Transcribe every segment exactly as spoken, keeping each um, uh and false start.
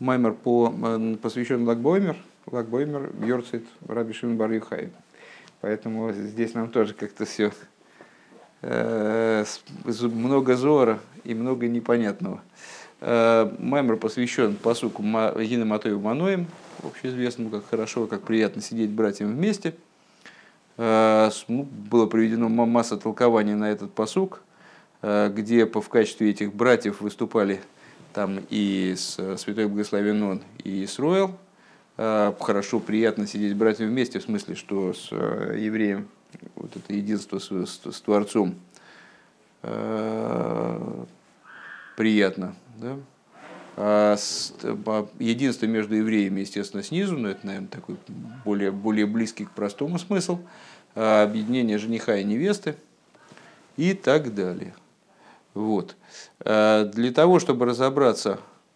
маймер по, посвящен Лагбоймер, Лагбоймер Йорцит Раби Шимон бар Йохай. Поэтому здесь нам тоже как-то все э, много зора и много непонятного. Э, маймер посвящен пасуку Единым Матою Маноем, общеизвестному, как хорошо, как приятно сидеть братьям вместе. Э, ну, было приведено масса толкований на этот пасук, э, где в качестве этих братьев выступали там и с Святой Благословен Он, и Исроэл. Хорошо, приятно сидеть братьям вместе, в смысле, что с евреем вот это единство с, с, с Творцом э, приятно. Да? А с, единство между евреями, естественно, снизу, но это, наверное, такой более, более близкий к простому смысл. Объединение жениха и невесты и так далее. Вот. Для того, чтобы разобраться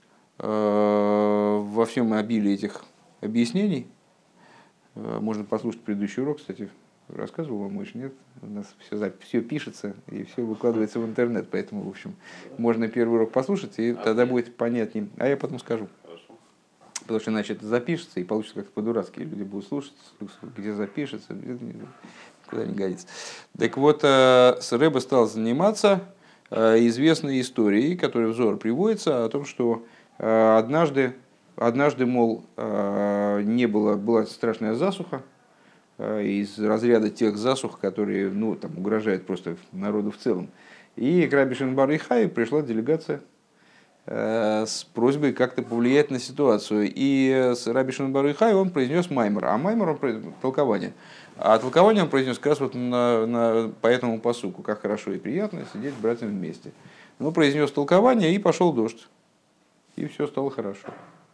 во всем обилии этих объяснений, можно послушать предыдущий урок, кстати, рассказывал вам, Мойша, нет? У нас все, все пишется и все выкладывается в интернет, поэтому, в общем, можно первый урок послушать, и тогда будет понятнее. А я потом скажу. Хорошо. Потому что иначе это запишется, и получится как-то по-дурацки. Люди будут слушать, где запишется, куда не годится. Так вот, Рэбе стал заниматься известной историей, которая в Зоар приводится, о том, что однажды, однажды, мол, не было, была страшная засуха, из разряда тех засух, которые, ну, там, угрожают просто народу в целом. И к Раби Шимон бар Йохаю пришла делегация с просьбой как-то повлиять на ситуацию. И с Раби Шимон бар Йохаю он произнес маймер, а маймер он произнес толкование. А толкование он произнес как раз вот на, на, по этому пасуку, как хорошо и приятно сидеть братьям вместе. Он произнес толкование, и пошел дождь. И все стало хорошо.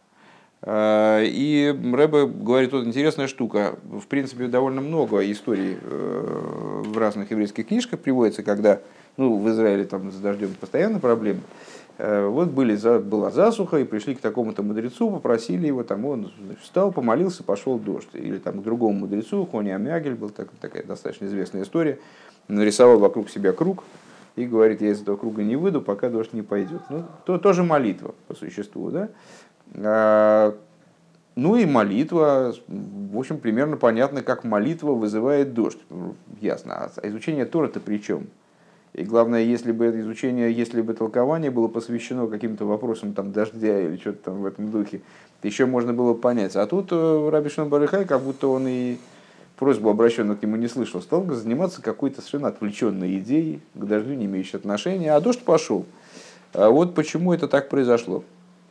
И Рэбе говорит, вот интересная штука. В принципе, довольно много историй в разных еврейских книжках приводится, когда, ну, в Израиле там с дождем постоянно проблемы. Вот были, была засуха, и пришли к такому-то мудрецу, попросили его, там, он встал, помолился, пошел дождь. Или там, к другому мудрецу, Хони Амягель, была так, такая достаточно известная история, нарисовал вокруг себя круг и говорит, я из этого круга не выйду, пока дождь не пойдет. Ну, то тоже молитва по существу, да? Ну и молитва, в общем, примерно понятно, как молитва вызывает дождь. Ясно. А изучение Торы-то при чем? И главное, если бы это изучение, если бы толкование было посвящено каким-то вопросам там, дождя или что-то там в этом духе, то еще можно было понять. А тут Раби Шимон бар Йохай, как будто он и просьбу, обращенную к нему, не слышал, стал заниматься какой-то совершенно отвлеченной идеей, к дождю не имеющей отношения, а дождь пошел. А вот почему это так произошло.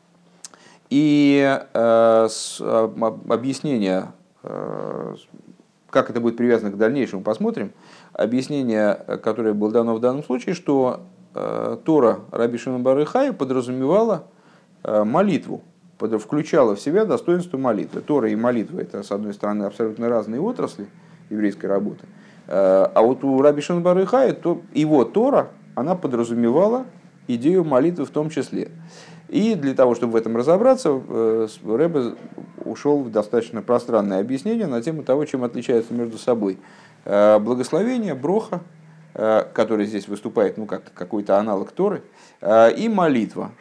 И э, с, объяснение, э, как это будет привязано к дальнейшему, посмотрим. Объяснение, которое было дано в данном случае, что э, Тора Раби Шимон бар Йохаю подразумевала э, молитву, под, включала в себя достоинство молитвы. Тора и молитва – это, с одной стороны, абсолютно разные отрасли еврейской работы. Э, а вот у Раби Шимон бар Йохаю, то, его Тора, она подразумевала идею молитвы в том числе. И для того, чтобы в этом разобраться, Рэбе ушел в достаточно пространное объяснение на тему того, чем отличаются между собой благословение, броха, который здесь выступает, ну, как какой-то аналог Торы, и молитва.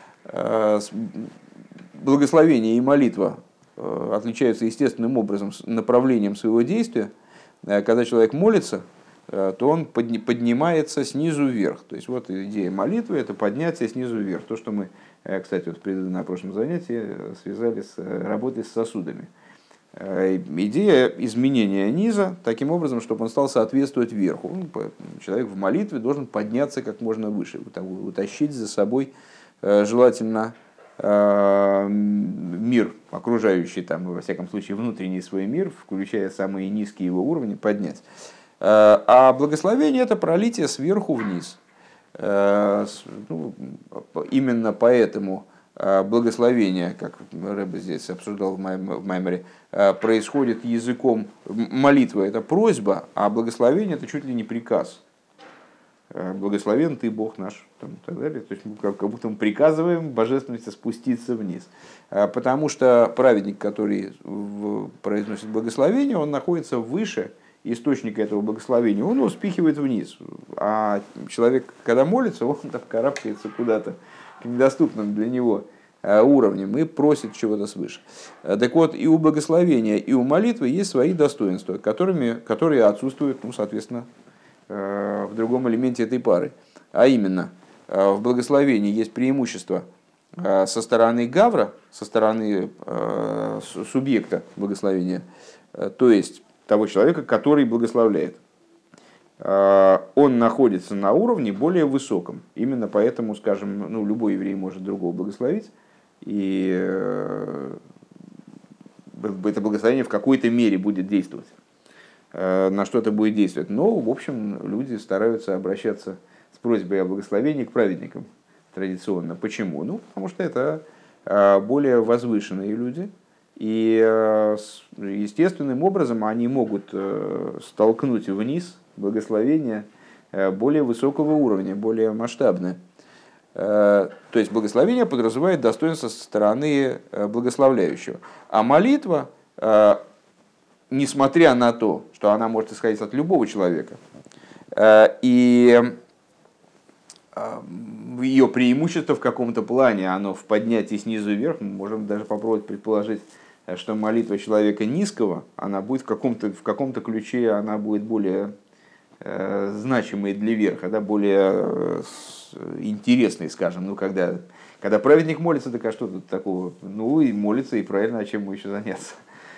Благословение и молитва отличаются естественным образом направлением своего действия. Когда человек молится, то он поднимается снизу вверх. То есть вот идея молитвы – это поднятие снизу вверх. То, что мы, кстати, вот на прошлом занятии связали с работой с сосудами. Идея изменения низа таким образом, чтобы он стал соответствовать верху. Человек в молитве должен подняться как можно выше, утащить за собой желательно мир, окружающий, там, во всяком случае, внутренний свой мир, включая самые низкие его уровни, поднять. А благословение – это пролитие сверху вниз. Ну, именно поэтому благословение, как Рэбе здесь обсуждал в маймере, происходит языком. Молитва – это просьба, а благословение – это чуть ли не приказ. Благословен ты, Бог наш, там, и так далее. То есть как будто мы приказываем божественности спуститься вниз. Потому что праведник, который произносит благословение, он находится выше источника этого благословения, он его спихивает вниз. А человек, когда молится, он там карабкается куда-то к недоступным для него уровнем и просит чего-то свыше. Так вот, и у благословения, и у молитвы есть свои достоинства, которыми, которые отсутствуют, ну, соответственно, в другом элементе этой пары. А именно, в благословении есть преимущество со стороны гавра, со стороны субъекта благословения, то есть того человека, который благословляет. Он находится на уровне более высоком. Именно поэтому, скажем, ну, любой еврей может другого благословить, и это благословение в какой-то мере будет действовать, на что-то будет действовать. Но, в общем, люди стараются обращаться с просьбой о благословении к праведникам традиционно. Почему? Ну, потому что это более возвышенные люди, и естественным образом они могут столкнуть вниз благословение более высокого уровня, более масштабное. То есть благословение подразумевает достоинство со стороны благословляющего. А молитва, несмотря на то, что она может исходить от любого человека, и ее преимущество в каком-то плане, оно в поднятии снизу вверх, мы можем даже попробовать предположить, что молитва человека низкого, она будет в каком-то, в каком-то ключе, она будет более э, значимой для верха, да, более э, интересной, скажем. Ну, когда, когда праведник молится, так а что тут такого? Ну, и молится, и правильно, а чем ему еще заняться?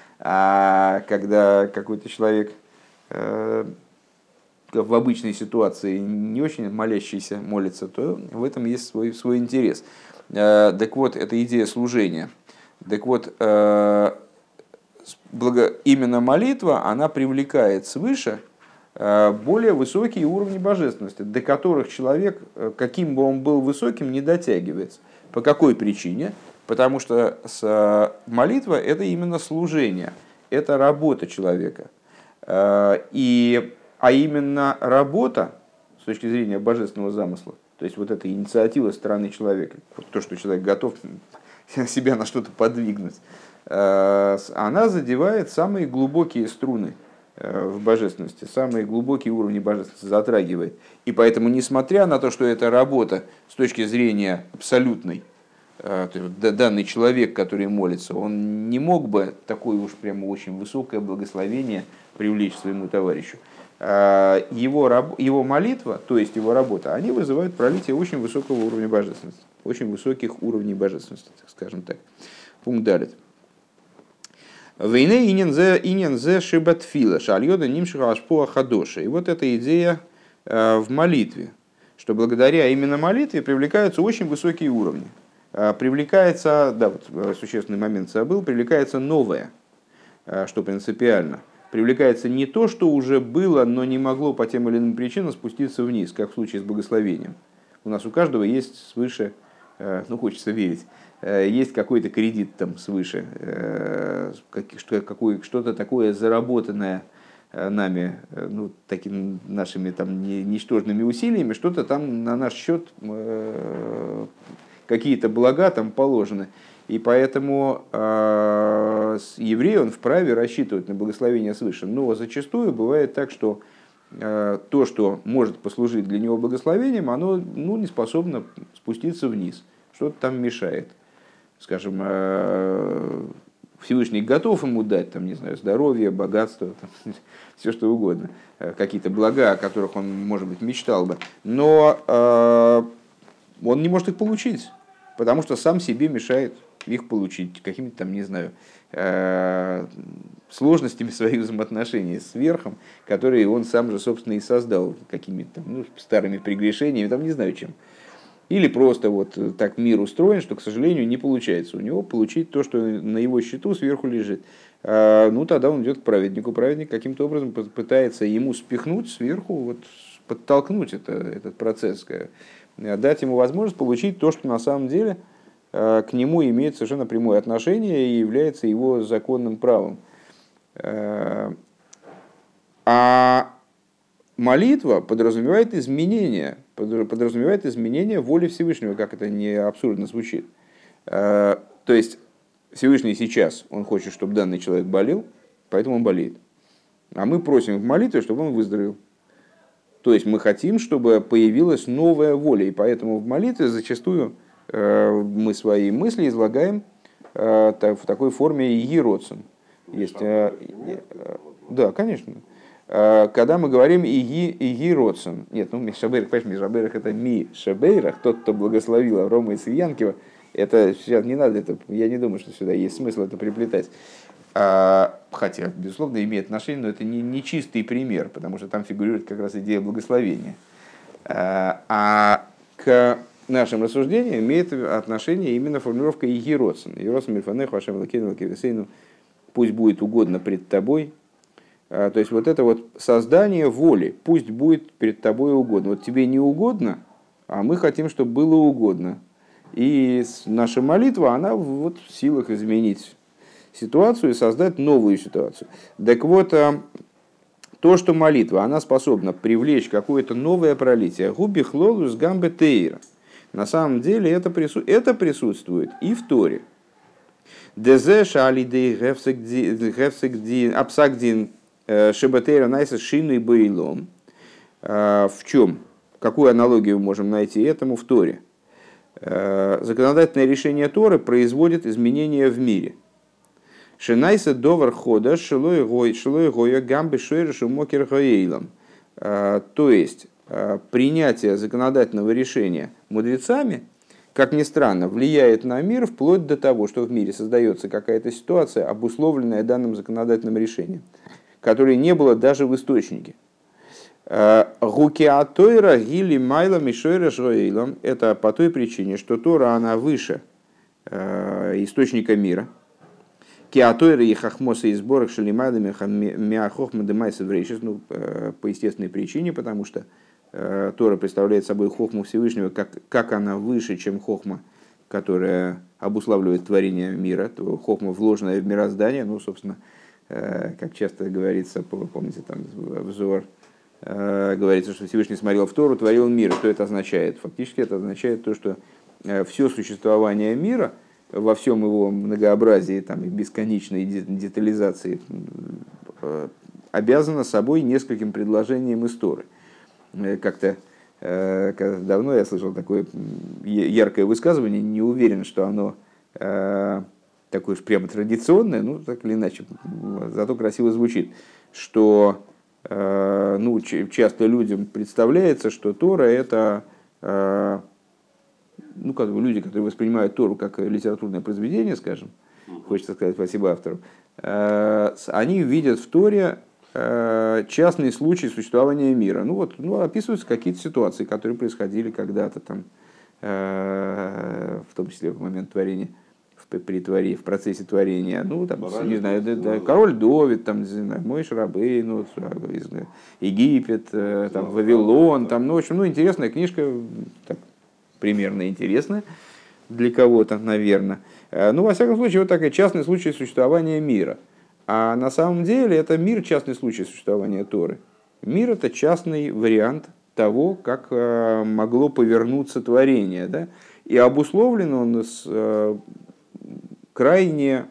А когда какой-то человек э, в обычной ситуации не очень молящийся молится, то в этом есть свой, свой интерес. Э, так вот, это идея служения. Так вот, э, благо, именно молитва, она привлекает свыше э, более высокие уровни божественности, до которых человек, каким бы он был высоким, не дотягивается. По какой причине? Потому что с, молитва – это именно служение, это работа человека. Э, и, а именно работа, с точки зрения божественного замысла, то есть вот эта инициатива стороны человека, то, что человек готов себя на что-то подвигнуть, она задевает самые глубокие струны в божественности, самые глубокие уровни божественности затрагивает. И поэтому, несмотря на то, что это работа с точки зрения абсолютной, данный человек, который молится, он не мог бы такое уж прямо очень высокое благословение привлечь своему товарищу. Его, его молитва, то есть его работа, они вызывают пролитие очень высокого уровня божественности, очень высоких уровней божественности, так скажем так. Пункт далит. Вейне инензе шибатфила шальода нимшиха ашпуа хадоша. И вот эта идея в молитве, что благодаря именно молитве привлекаются очень высокие уровни. Привлекается, да, вот существенный момент забыл, привлекается новое, что принципиально. Привлекается не то, что уже было, но не могло по тем или иным причинам спуститься вниз, как в случае с благословением. У нас у каждого есть свыше, ну хочется верить, есть какой-то кредит там свыше, что-то такое заработанное нами, ну, такими нашими там ничтожными усилиями, что-то там на наш счет, какие-то блага там положены. И поэтому э, еврей, он вправе рассчитывать на благословение свыше. Но зачастую бывает так, что э, то, что может послужить для него благословением, оно, ну, не способно спуститься вниз. Что-то там мешает. Скажем, э, Всевышний готов ему дать, там, не знаю, здоровье, богатство, там, все что угодно. Какие-то блага, о которых он, может быть, мечтал бы. Но э, он не может их получить, потому что сам себе мешает их получить какими-то там, не знаю, сложностями своих взаимоотношений с верхом, которые он сам же, собственно, и создал какими-то, ну, старыми прегрешениями, там, не знаю чем. Или просто вот так мир устроен, что, к сожалению, не получается у него получить то, что на его счету сверху лежит. Ну, тогда он идет к праведнику. Праведник каким-то образом пытается ему спихнуть сверху, вот, подтолкнуть это, этот процесс, дать ему возможность получить то, что на самом деле к нему имеет совершенно прямое отношение и является его законным правом. А молитва подразумевает изменение, подразумевает изменение воли Всевышнего, как это не абсурдно звучит. То есть Всевышний сейчас, он хочет, чтобы данный человек болел, поэтому он болеет. А мы просим в молитве, чтобы он выздоровел. То есть мы хотим, чтобы появилась новая воля, и поэтому в молитве зачастую мы свои мысли излагаем в такой форме «иги-роцен». Есть, да, конечно. Когда мы говорим «иги, иги роцен», нет, ну, Мишабейрах, понимаешь, Мишабейрах это Ми-Шабейрах, тот, кто благословил Аврома Исаянкива, это сейчас не надо, это, я не думаю, что сюда есть смысл это приплетать. А, хотя, безусловно, имеет отношение, но это не, не чистый пример, потому что там фигурирует как раз идея благословения. А, а к нашим рассуждениям имеет отношение именно формулировка «иги роцен». «Иги роцен мильфанех вашем лакену лакевесейну» «пусть будет угодно пред тобой». То есть вот это вот создание воли, пусть будет перед тобой угодно. Вот тебе не угодно, а мы хотим, чтобы было угодно. И наша молитва, она вот в силах изменить ситуацию и создать новую ситуацию. Так вот, то, что молитва, она способна привлечь какое-то новое пролитие. Губи хлолус гамбе тейра. На самом деле это, прису... это присутствует и в Торе. Дезе шалидей гефсагдин апсагдин шебатейра найса шину и боилом. В чем? Какую аналогию мы можем найти этому в Торе? Законодательное решение Торы производит изменения в мире. Шинайса довар хода шилой гой шилой гоя гамбе шойрешу мокер гоейлом. То есть принятие законодательного решения мудрецами, как ни странно, влияет на мир вплоть до того, что в мире создается какая-то ситуация, обусловленная данным законодательным решением, которой не было даже в источнике. Гукиатойра гили майла мишойра жроилом. Это по той причине, что Тора она выше источника мира. Киатойра и хахмоса и сборах шалимайла миахохма демайса врейшис. Ну, по естественной причине, потому что Тора представляет собой хохму Всевышнего, как, как она выше, чем хохма, которая обуславливает творение мира, то хохма, вложенная в мироздание, ну, собственно, как часто говорится, помните, там взор, говорится, что Всевышний смотрел в Тору, творил мир. Что это означает? Фактически это означает то, что все существование мира во всем его многообразии там, и бесконечной детализации обязано собой нескольким предложениям из Торы. Как-то давно я слышал такое яркое высказывание, не уверен, что оно такое уж прямо традиционное, ну так или иначе, зато красиво звучит, что ну, часто людям представляется, что Тора это ну, как бы люди, которые воспринимают Тору как литературное произведение, скажем, хочется сказать спасибо автору, они видят в Торе частный случай существования мира. Ну вот, ну, описываются какие-то ситуации, которые происходили когда-то там, в том числе в момент творения, в, при творении, в процессе творения. Ну, там, не знаю, да, да, король Довид, там, не знаю, Моше Рабейну, Египет, там, Вавилон, там, ну, в общем, ну, интересная книжка, так, примерно интересная для кого-то, наверное. Ну, во всяком случае, вот такой частный случай существования мира. А на самом деле это мир, частный случай существования Торы. Мир – это частный вариант того, как могло повернуться творение. Да? И обусловлен он с крайне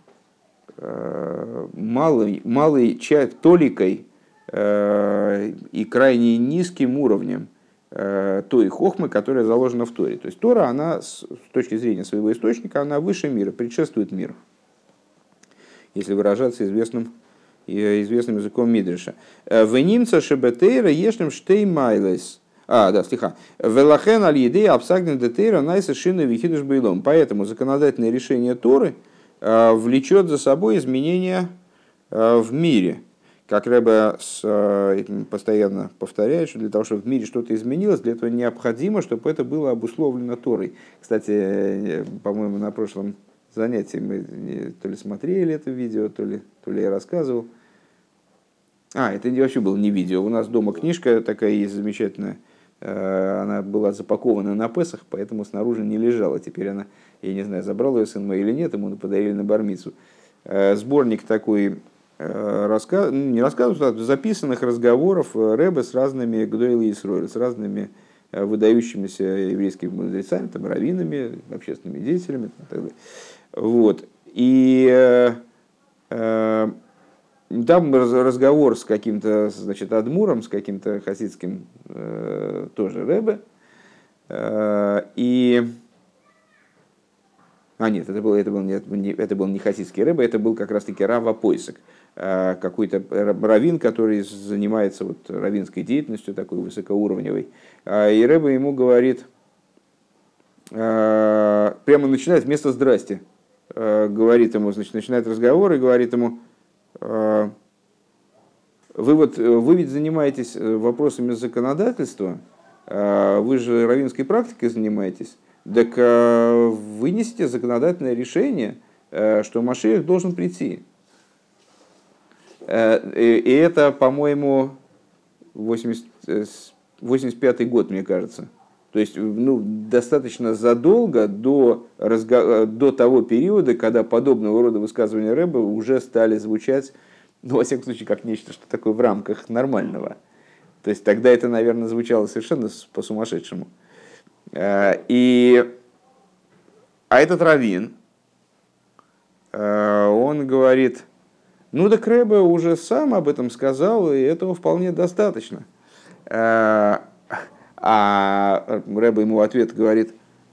малой, малой толикой и крайне низким уровнем той хохмы, которая заложена в Торе. То есть Тора, она с точки зрения своего источника, она выше мира, предшествует миру, если выражаться известным, известным языком Мидриша. «Венимца шебетейра ешлем штеймайлес». А, да, стиха. «Велахен аль-едей абсагнен детейра найса шина вихидуш бейлом». Поэтому законодательное решение Торы влечет за собой изменения в мире. Как Ребе постоянно повторяет, что для того, чтобы в мире что-то изменилось, для этого необходимо, чтобы это было обусловлено Торой. Кстати, по-моему, на прошлом занятии мы то ли смотрели это видео, то ли, то ли я рассказывал. А, это вообще было не видео. У нас дома книжка такая есть замечательная. Она была запакована на Песах, поэтому снаружи не лежала. Теперь она, я не знаю, забрал ее сын мой или нет, ему подарили на бар-мицву. Сборник такой, рассказ, не рассказов, а записанных разговоров Ребе с разными Гдойле и Исроэль, с разными выдающимися еврейскими мудрецами, там, раввинами, общественными деятелями и так далее. Вот. И э, э, там разговор с каким-то, значит, адмуром, с каким-то хасидским э, тоже Ребе. Э, и А нет, это был, это был, не, это был не хасидский рэбе, это был как раз-таки Рав Апойсек, какой-то раввин, который занимается вот раввинской деятельностью, такой высокоуровневой. И рэбе ему говорит, прямо начинает вместо «здрасте», говорит ему, значит, начинает разговор и говорит ему: вы, вот, вы ведь занимаетесь вопросами законодательства, вы же раввинской практикой занимаетесь, так вынесите законодательное решение, что Машиах должен прийти. И это, по-моему, восемьдесят пятый год, мне кажется. То есть, ну, достаточно задолго до, разго... до того периода, когда подобного рода высказывания рэба уже стали звучать, ну, во всяком случае, как нечто, что такое в рамках нормального. То есть тогда это, наверное, звучало совершенно по-сумасшедшему. И... А этот раввин, он говорит: ну так рэбе уже сам об этом сказал, и этого вполне достаточно. А рэбе ему в ответ говорит: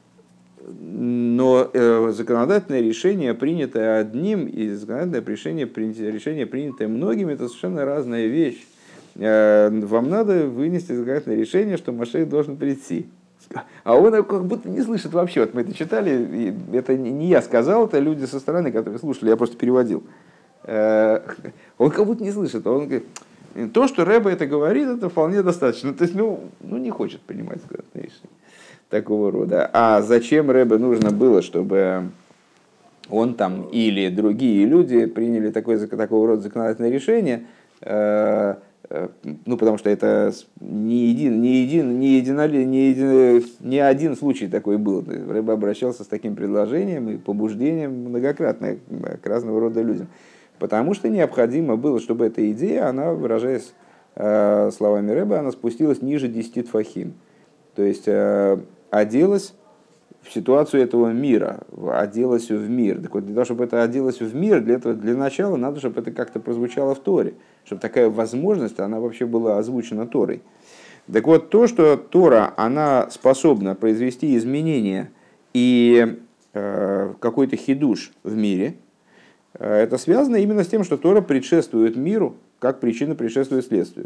но законодательное решение, принятое одним, и законодательное решение, решение, принятое многими, это совершенно разная вещь. Вам надо вынести законодательное решение, что Машиах должен прийти. А он как будто не слышит вообще. Вот мы это читали, и это не я сказал, это люди со стороны, которые слушали, я просто переводил. Он как будто не слышит. Он говорит: то, что рэбе это говорит, это вполне достаточно. То есть, ну, ну не хочет понимать такого рода. А зачем рэбе нужно было, чтобы он там или другие люди приняли такое, такого рода законодательное решение? Ну, потому что это не один, не един, не едино, не един, не один случай такой был. Рэбе обращался с таким предложением и побуждением многократно к разного рода людям. Потому что необходимо было, чтобы эта идея, она, выражаясь э, словами рэбе, она спустилась ниже десяти тфахим. То есть э, оделась в ситуацию этого мира, оделась в мир. Так вот, для того, чтобы это оделось в мир, для этого, для начала надо, чтобы это как-то прозвучало в Торе. Чтобы такая возможность, она вообще была озвучена Торой. Так вот, то, что Тора, она способна произвести изменения и э, какой-то хидуш в мире, это связано именно с тем, что Тора предшествует миру, как причина предшествует следствию.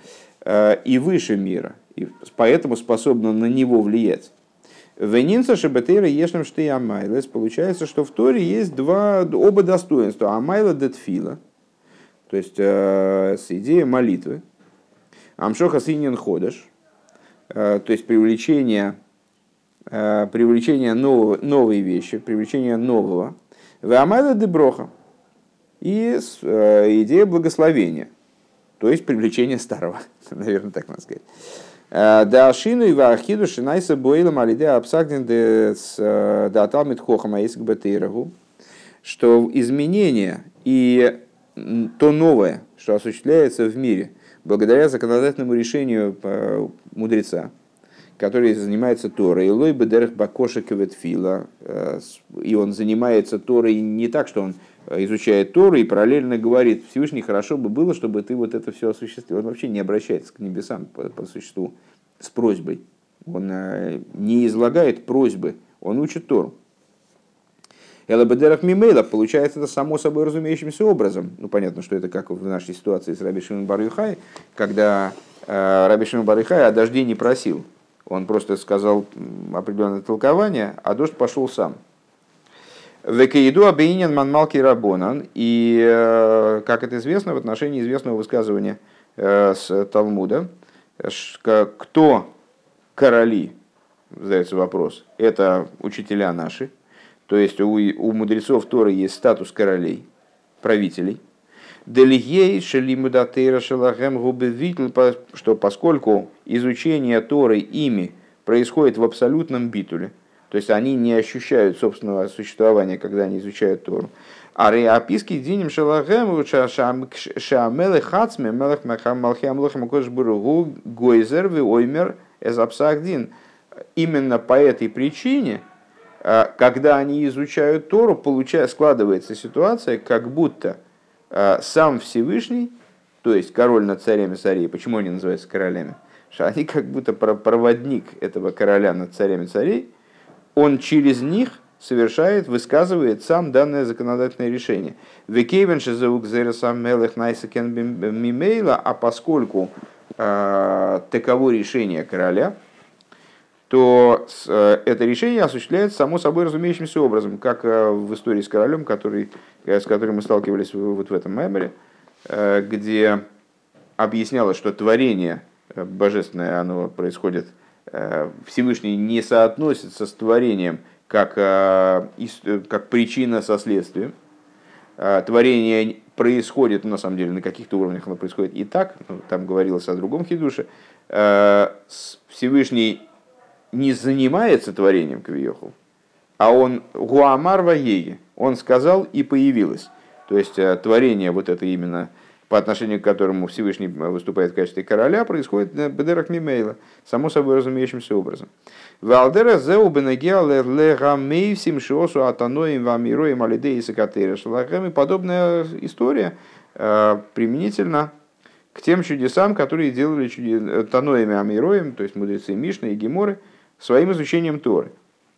И выше мира, и поэтому способна на него влиять. Венинца шебетейра ешнем штей амайлес. Получается, что в Торе есть два, оба достоинства. Амайла детфила, то есть э, с идеей молитвы. Амшоха синин ходеш, э, то есть привлечение, э, привлечение нового, новой вещи, привлечение нового. Вамайла деброха, и э, идея благословения, то есть привлечение старого, наверное, так надо сказать. Да ашину и ваахиду шинайса боилам алиде абсагдин да аталмит хохам аиск бетейрагу, что изменение и то новое, что осуществляется в мире благодаря законодательному решению мудреца, который занимается Торой, Илой бедерх бакоша кеветфила, и он занимается Торой не так, что он изучает Тору и параллельно говорит: Всевышний, хорошо бы было, чтобы ты вот это все осуществил. Он вообще не обращается к небесам по, по существу с просьбой. Он не излагает просьбы, он учит Тору. Элабедерах мимейла, получается это само собой разумеющимся образом. Ну, понятно, что это как в нашей ситуации с Раби Шимон бар Йохай, когда э, Раби Шимон бар Йохай о дожде не просил. Он просто сказал определенное толкование, а дождь пошел сам. Векаиду абейнин манмалки рабонан. И, как это известно, в отношении известного высказывания с Талмуда, кто короли, задается вопрос, это учителя наши. То есть у, у мудрецов Торы есть статус королей, правителей. Делигей шелимудатейра шелахем губевитл, что поскольку изучение Торы ими происходит в абсолютном битуле, то есть они не ощущают собственного существования, когда они изучают Тору. А реаписки диним шелахем шамеле хацме мелех малхиам лохем кошбургу гойзер ви оймер эзапсахдин. Именно по этой причине, когда они изучают Тору, получая, складывается ситуация, как будто сам Всевышний, то есть король над царями царей, почему они называются королями? Что они как будто проводник этого короля над царями царей, он через них совершает, высказывает сам данное законодательное решение. А поскольку э, таково решение короля, то э, это решение осуществляется само собой разумеющимся образом, как э, в истории с королем, который, э, с которым мы сталкивались вот в этом меморе, э, где объяснялось, что творение божественное, оно происходит, э, Всевышний не соотносится с творением как, э, как причина со следствием. Э, творение происходит, ну, на самом деле, на каких-то уровнях оно происходит и так, ну, там говорилось о другом хидуше. Э, Всевышний не занимается творением кавиоху, а он гуамар ваеги, он сказал и появилось. То есть творение вот это именно, по отношению к которому Всевышний выступает в качестве короля, происходит бедерах мимейла, само собой разумеющимся образом. Валдера зеу бенегеал легамейвсим шиосу атаноим вамироим алидеи сакатера шалахем. И подобная история применительно к тем чудесам, которые делали таноими амироим, то есть мудрецы Мишны и Геморы, своим изучением Торы.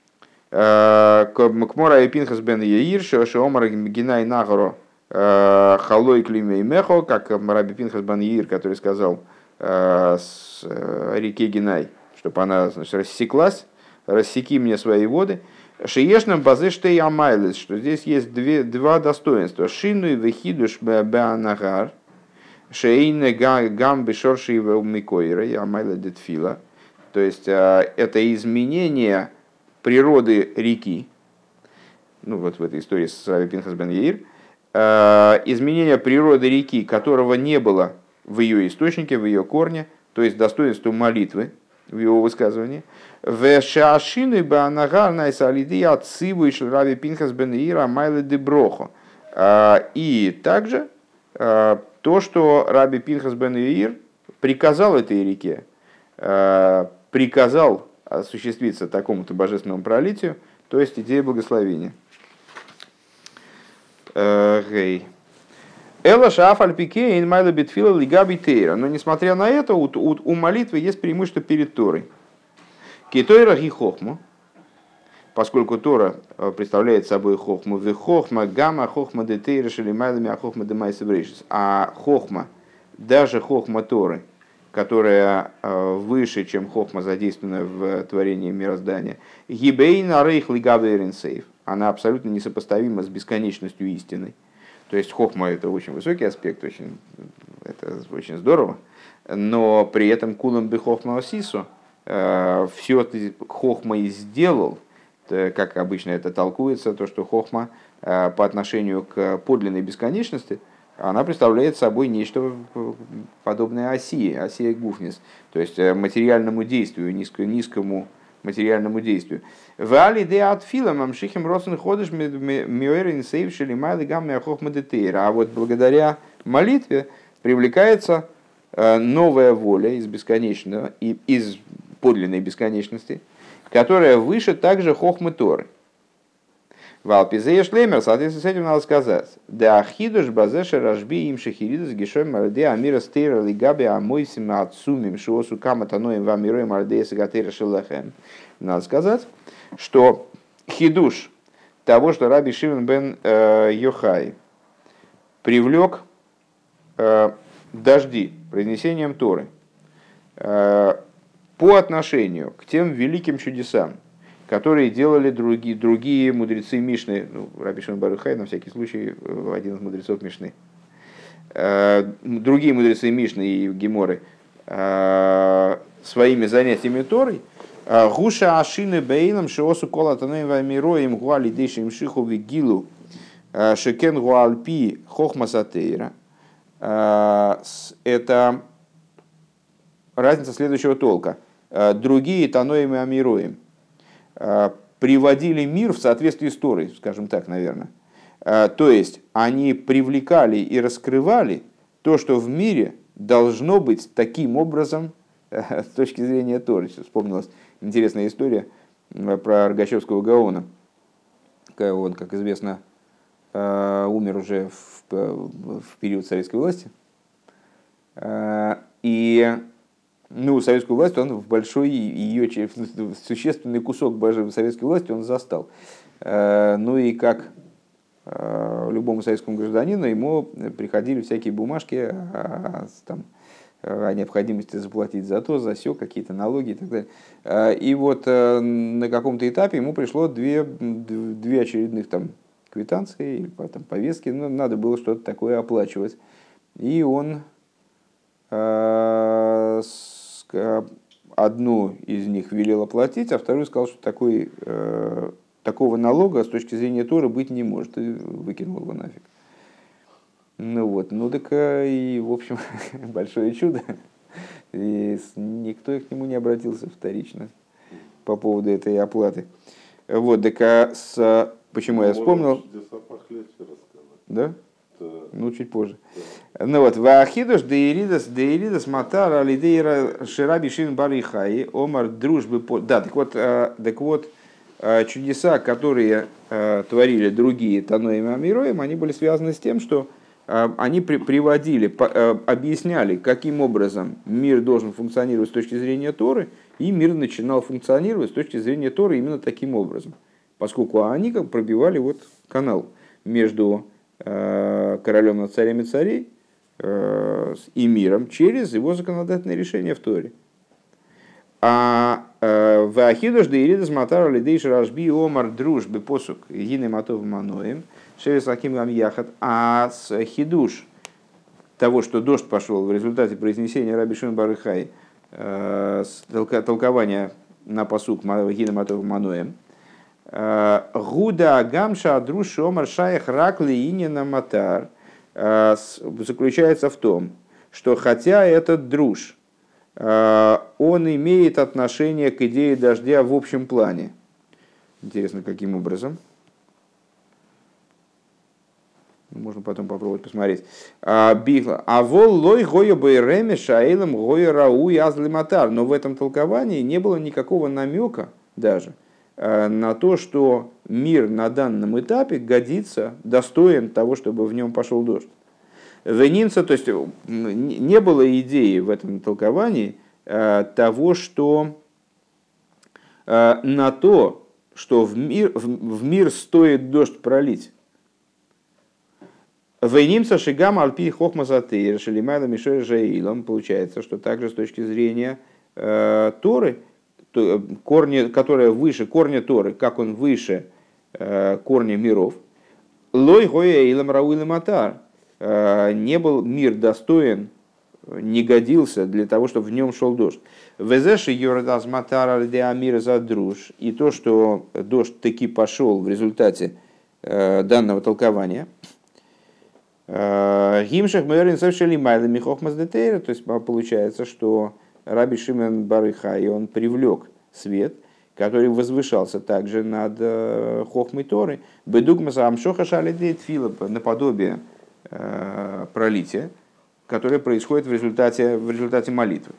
Кмора и Пинхас бен Яир, Шеомар Гинай Нагоро Халой Климей Мехо, как Раби Пинхас бен Яир, который сказал с реке Гинай, чтобы она, значит, рассеклась, рассеки мне свои воды. Шиешным базештей амайлес, что здесь есть две, два достоинства. Шину и вехидуш беанагар, шейне гам бешорши и микойра, амайле детфила. То есть это изменение природы реки, ну вот в этой истории с Раби Пинхас бен Яир, изменение природы реки, которого не было в ее источнике, в ее корне, то есть достоинство молитвы в его высказывании. В шашины баанагар найсалиди отциву и Раби Пинхас бен Яир амайле деброхо. И также то, что Раби Пинхас бен Яир приказал этой реке, приказал осуществиться такому-то божественному пролитию, то есть идея благословения. Эла шафаль пике ин майла битфила лигаби тейра. Но несмотря на это, у, у, у молитвы есть преимущество перед Торой. Китойра ги хохму, поскольку Тора представляет собой хохму, ве хохма гамма хохма де тейра шели майлами а хохма де майса врейшис. А хохма, даже хохма Торы, которая выше, чем хохма, задействованная в творении мироздания, гибейна рейх лигаберинсейв, она абсолютно несопоставима с бесконечностью истины. То есть хохма — это очень высокий аспект, очень, это очень здорово, но при этом кулам бы хохма осису, все ты хохма и сделал, как обычно это толкуется, то, что хохма по отношению к подлинной бесконечности, она представляет собой нечто подобное осии, осия гуфнис, то есть материальному действию, низкому материальному действию. А вот благодаря молитве привлекается новая воля из бесконечного и из подлинной бесконечности, которая выше также хохмы Торы. В Алпизея Шлемер, соответственно, с этим надо сказать. Да ахидуш базеша рожби им шахиридус гешой марде амира стейра лигаби амойсим отцумим шиосу каматаноем вамироем ардея сагатейра шелахем. Надо сказать, что хидуш того, что Раби Шимон бен э, Йохай привлек э, дожди произнесением Торы э, по отношению к тем великим чудесам, которые делали другие, другие мудрецы Мишны, ну, Раби Шимон бен Йохай, на всякий случай, один из мудрецов Мишны, э, другие мудрецы Мишны и Геморы э, своими занятиями Торой, Гуша ашины бейлам шиосу кола таноим вамироим гуали дейшим шиху вигилу шекен гуальпи хохмасатейра. Это разница следующего толка. Другие таноим и амироим приводили мир в соответствии с Торой, скажем так, наверное. То есть они привлекали и раскрывали то, что в мире должно быть таким образом с точки зрения Торы. Сейчас вспомнилась интересная история про Рогачевского Гаона. Он, как известно, умер уже в, в период советской власти. И ну, советскую власть он в большой ее существенный кусок советской власти он застал. Ну и как любому советскому гражданину, ему приходили всякие бумажки там, о необходимости заплатить за то, за сё, какие-то налоги и так далее. И вот на каком-то этапе ему пришло две, две очередных там квитанции или там, повестки, ну, надо было что-то такое оплачивать. И он одну из них велел оплатить, а вторую сказал, что такой, такого налога с точки зрения Торы быть не может, и выкинул его нафиг. Ну вот, ну так и, в общем, большое чудо. И никто к нему не обратился вторично по поводу этой оплаты. Вот, так а с... Почему ну, я вспомнил? Да? Да? Ну, чуть позже. Да. Ну вот, Ваахидуш деиридас деиридас матар алидейра шираби шин барихай омар дружбы. Да, так вот, так вот, чудеса, которые творили другие Таноим и Амироим, они были связаны с тем, что они приводили, объясняли, каким образом мир должен функционировать с точки зрения Торы, и мир начинал функционировать с точки зрения Торы именно таким образом, поскольку они как пробивали вот канал между королем над царями царей и миром через его законодательное решение в Торе. А в Ахидуш деиридас матар лидейш рашби омар дружбы посук гины матов маноем шевес аким гам яхат. А с хидуш того, что дождь пошел в результате произнесения Раби Шимон бар Йохай, толкования на посук гины матов маноем, гуда гамша друш омар шаях ракли инина матар, заключается в том, что хотя этот друж он имеет отношение к идее дождя в общем плане. Интересно, каким образом? Можно потом попробовать посмотреть. А вол лой гоя байреме шаилам гоя рау язлиматар. Но в этом толковании не было никакого намека даже на то, что мир на данном этапе годится, достоин того, чтобы в нем пошел дождь. Венинца, то есть не было идеи в этом толковании того, что на то, что в мир, в мир стоит дождь пролить. Венинца шигам альпи хохмазатейр шелимайла мишер жаилом. Получается, что также с точки зрения Торы, корни, которая выше корня Торы, как он выше корня миров, лой гоя илам рауилам атар. Не был мир достоин, не годился для того, чтобы в нем шел дождь. Везеши йордаз матара деамир задруж. И то, что дождь таки пошел в результате данного толкования. Гимшах мэрин совершили майлами хохмаздетейра. То есть получается, что Раби Шимон бар Йохай, он привлек свет, который возвышался также над хохмой Торы. Бедугмаса амшоха шалидей тфила, наподобие пролития, которое происходит в результате, в результате молитвы.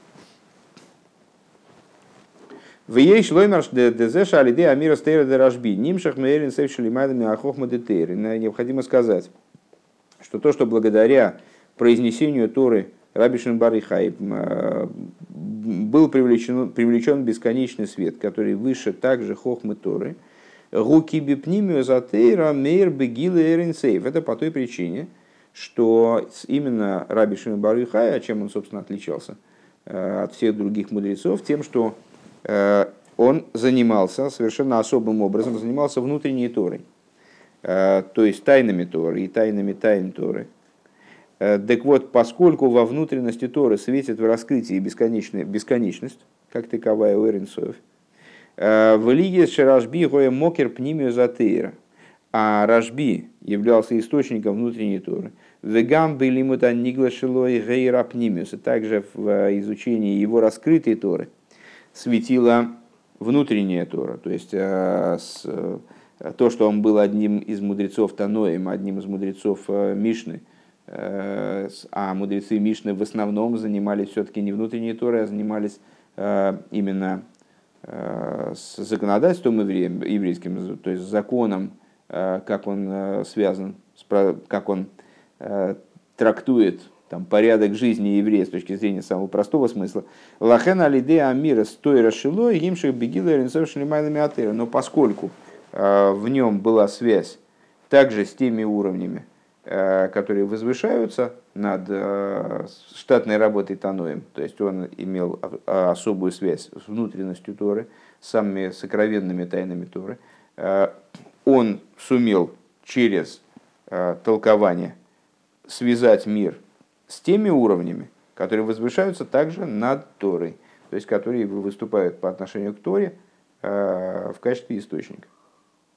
В ей шлоймерш дезеша алиде амира стейра де рашби нимшах меэрин сэвшили майдами ахохма детейр. Необходимо сказать, что то, что благодаря произнесению Торы Раби Шимон бар Йохай был привлечен, привлечен бесконечный свет, который выше также хохмы Торы, гуки бипнимио затейра мейр бегилы эринсейв. Это по той причине, что именно Раби Шимон бар Йохай, а чем он, собственно, отличался от всех других мудрецов, тем, что он занимался совершенно особым образом, занимался внутренней Торой, то есть тайнами Торы и тайнами тайн Торы. Так вот, поскольку во внутренности Торы светит в раскрытии бесконечность, как таковая у Эринсоев, в Лиге Шарашби гоя мокер пнимию затейра, а Рашби являлся источником внутренней Торы. Вегам были мута ниглашилой гейра пнимиус, также в изучении его раскрытой Торы светила внутренняя Тора, то есть с, то, что он был одним из мудрецов Таноим, одним из мудрецов Мишны, а мудрецы Мишны в основном занимались все-таки не внутренней Торой, а занимались именно с законодательством еврейским, то есть с законом, как он связан, как он трактует там, порядок жизни еврея с точки зрения самого простого смысла. Лахен алиде амира стой расшилой гимших бегила ренцов шлемайнами атера. Но поскольку в нем была связь также с теми уровнями, которые возвышаются над штатной работой Таноим. То есть он имел особую связь с внутренностью Торы, с самыми сокровенными тайнами Торы. Он сумел через толкование связать мир с теми уровнями, которые возвышаются также над Торой, то есть которые выступают по отношению к Торе в качестве источника.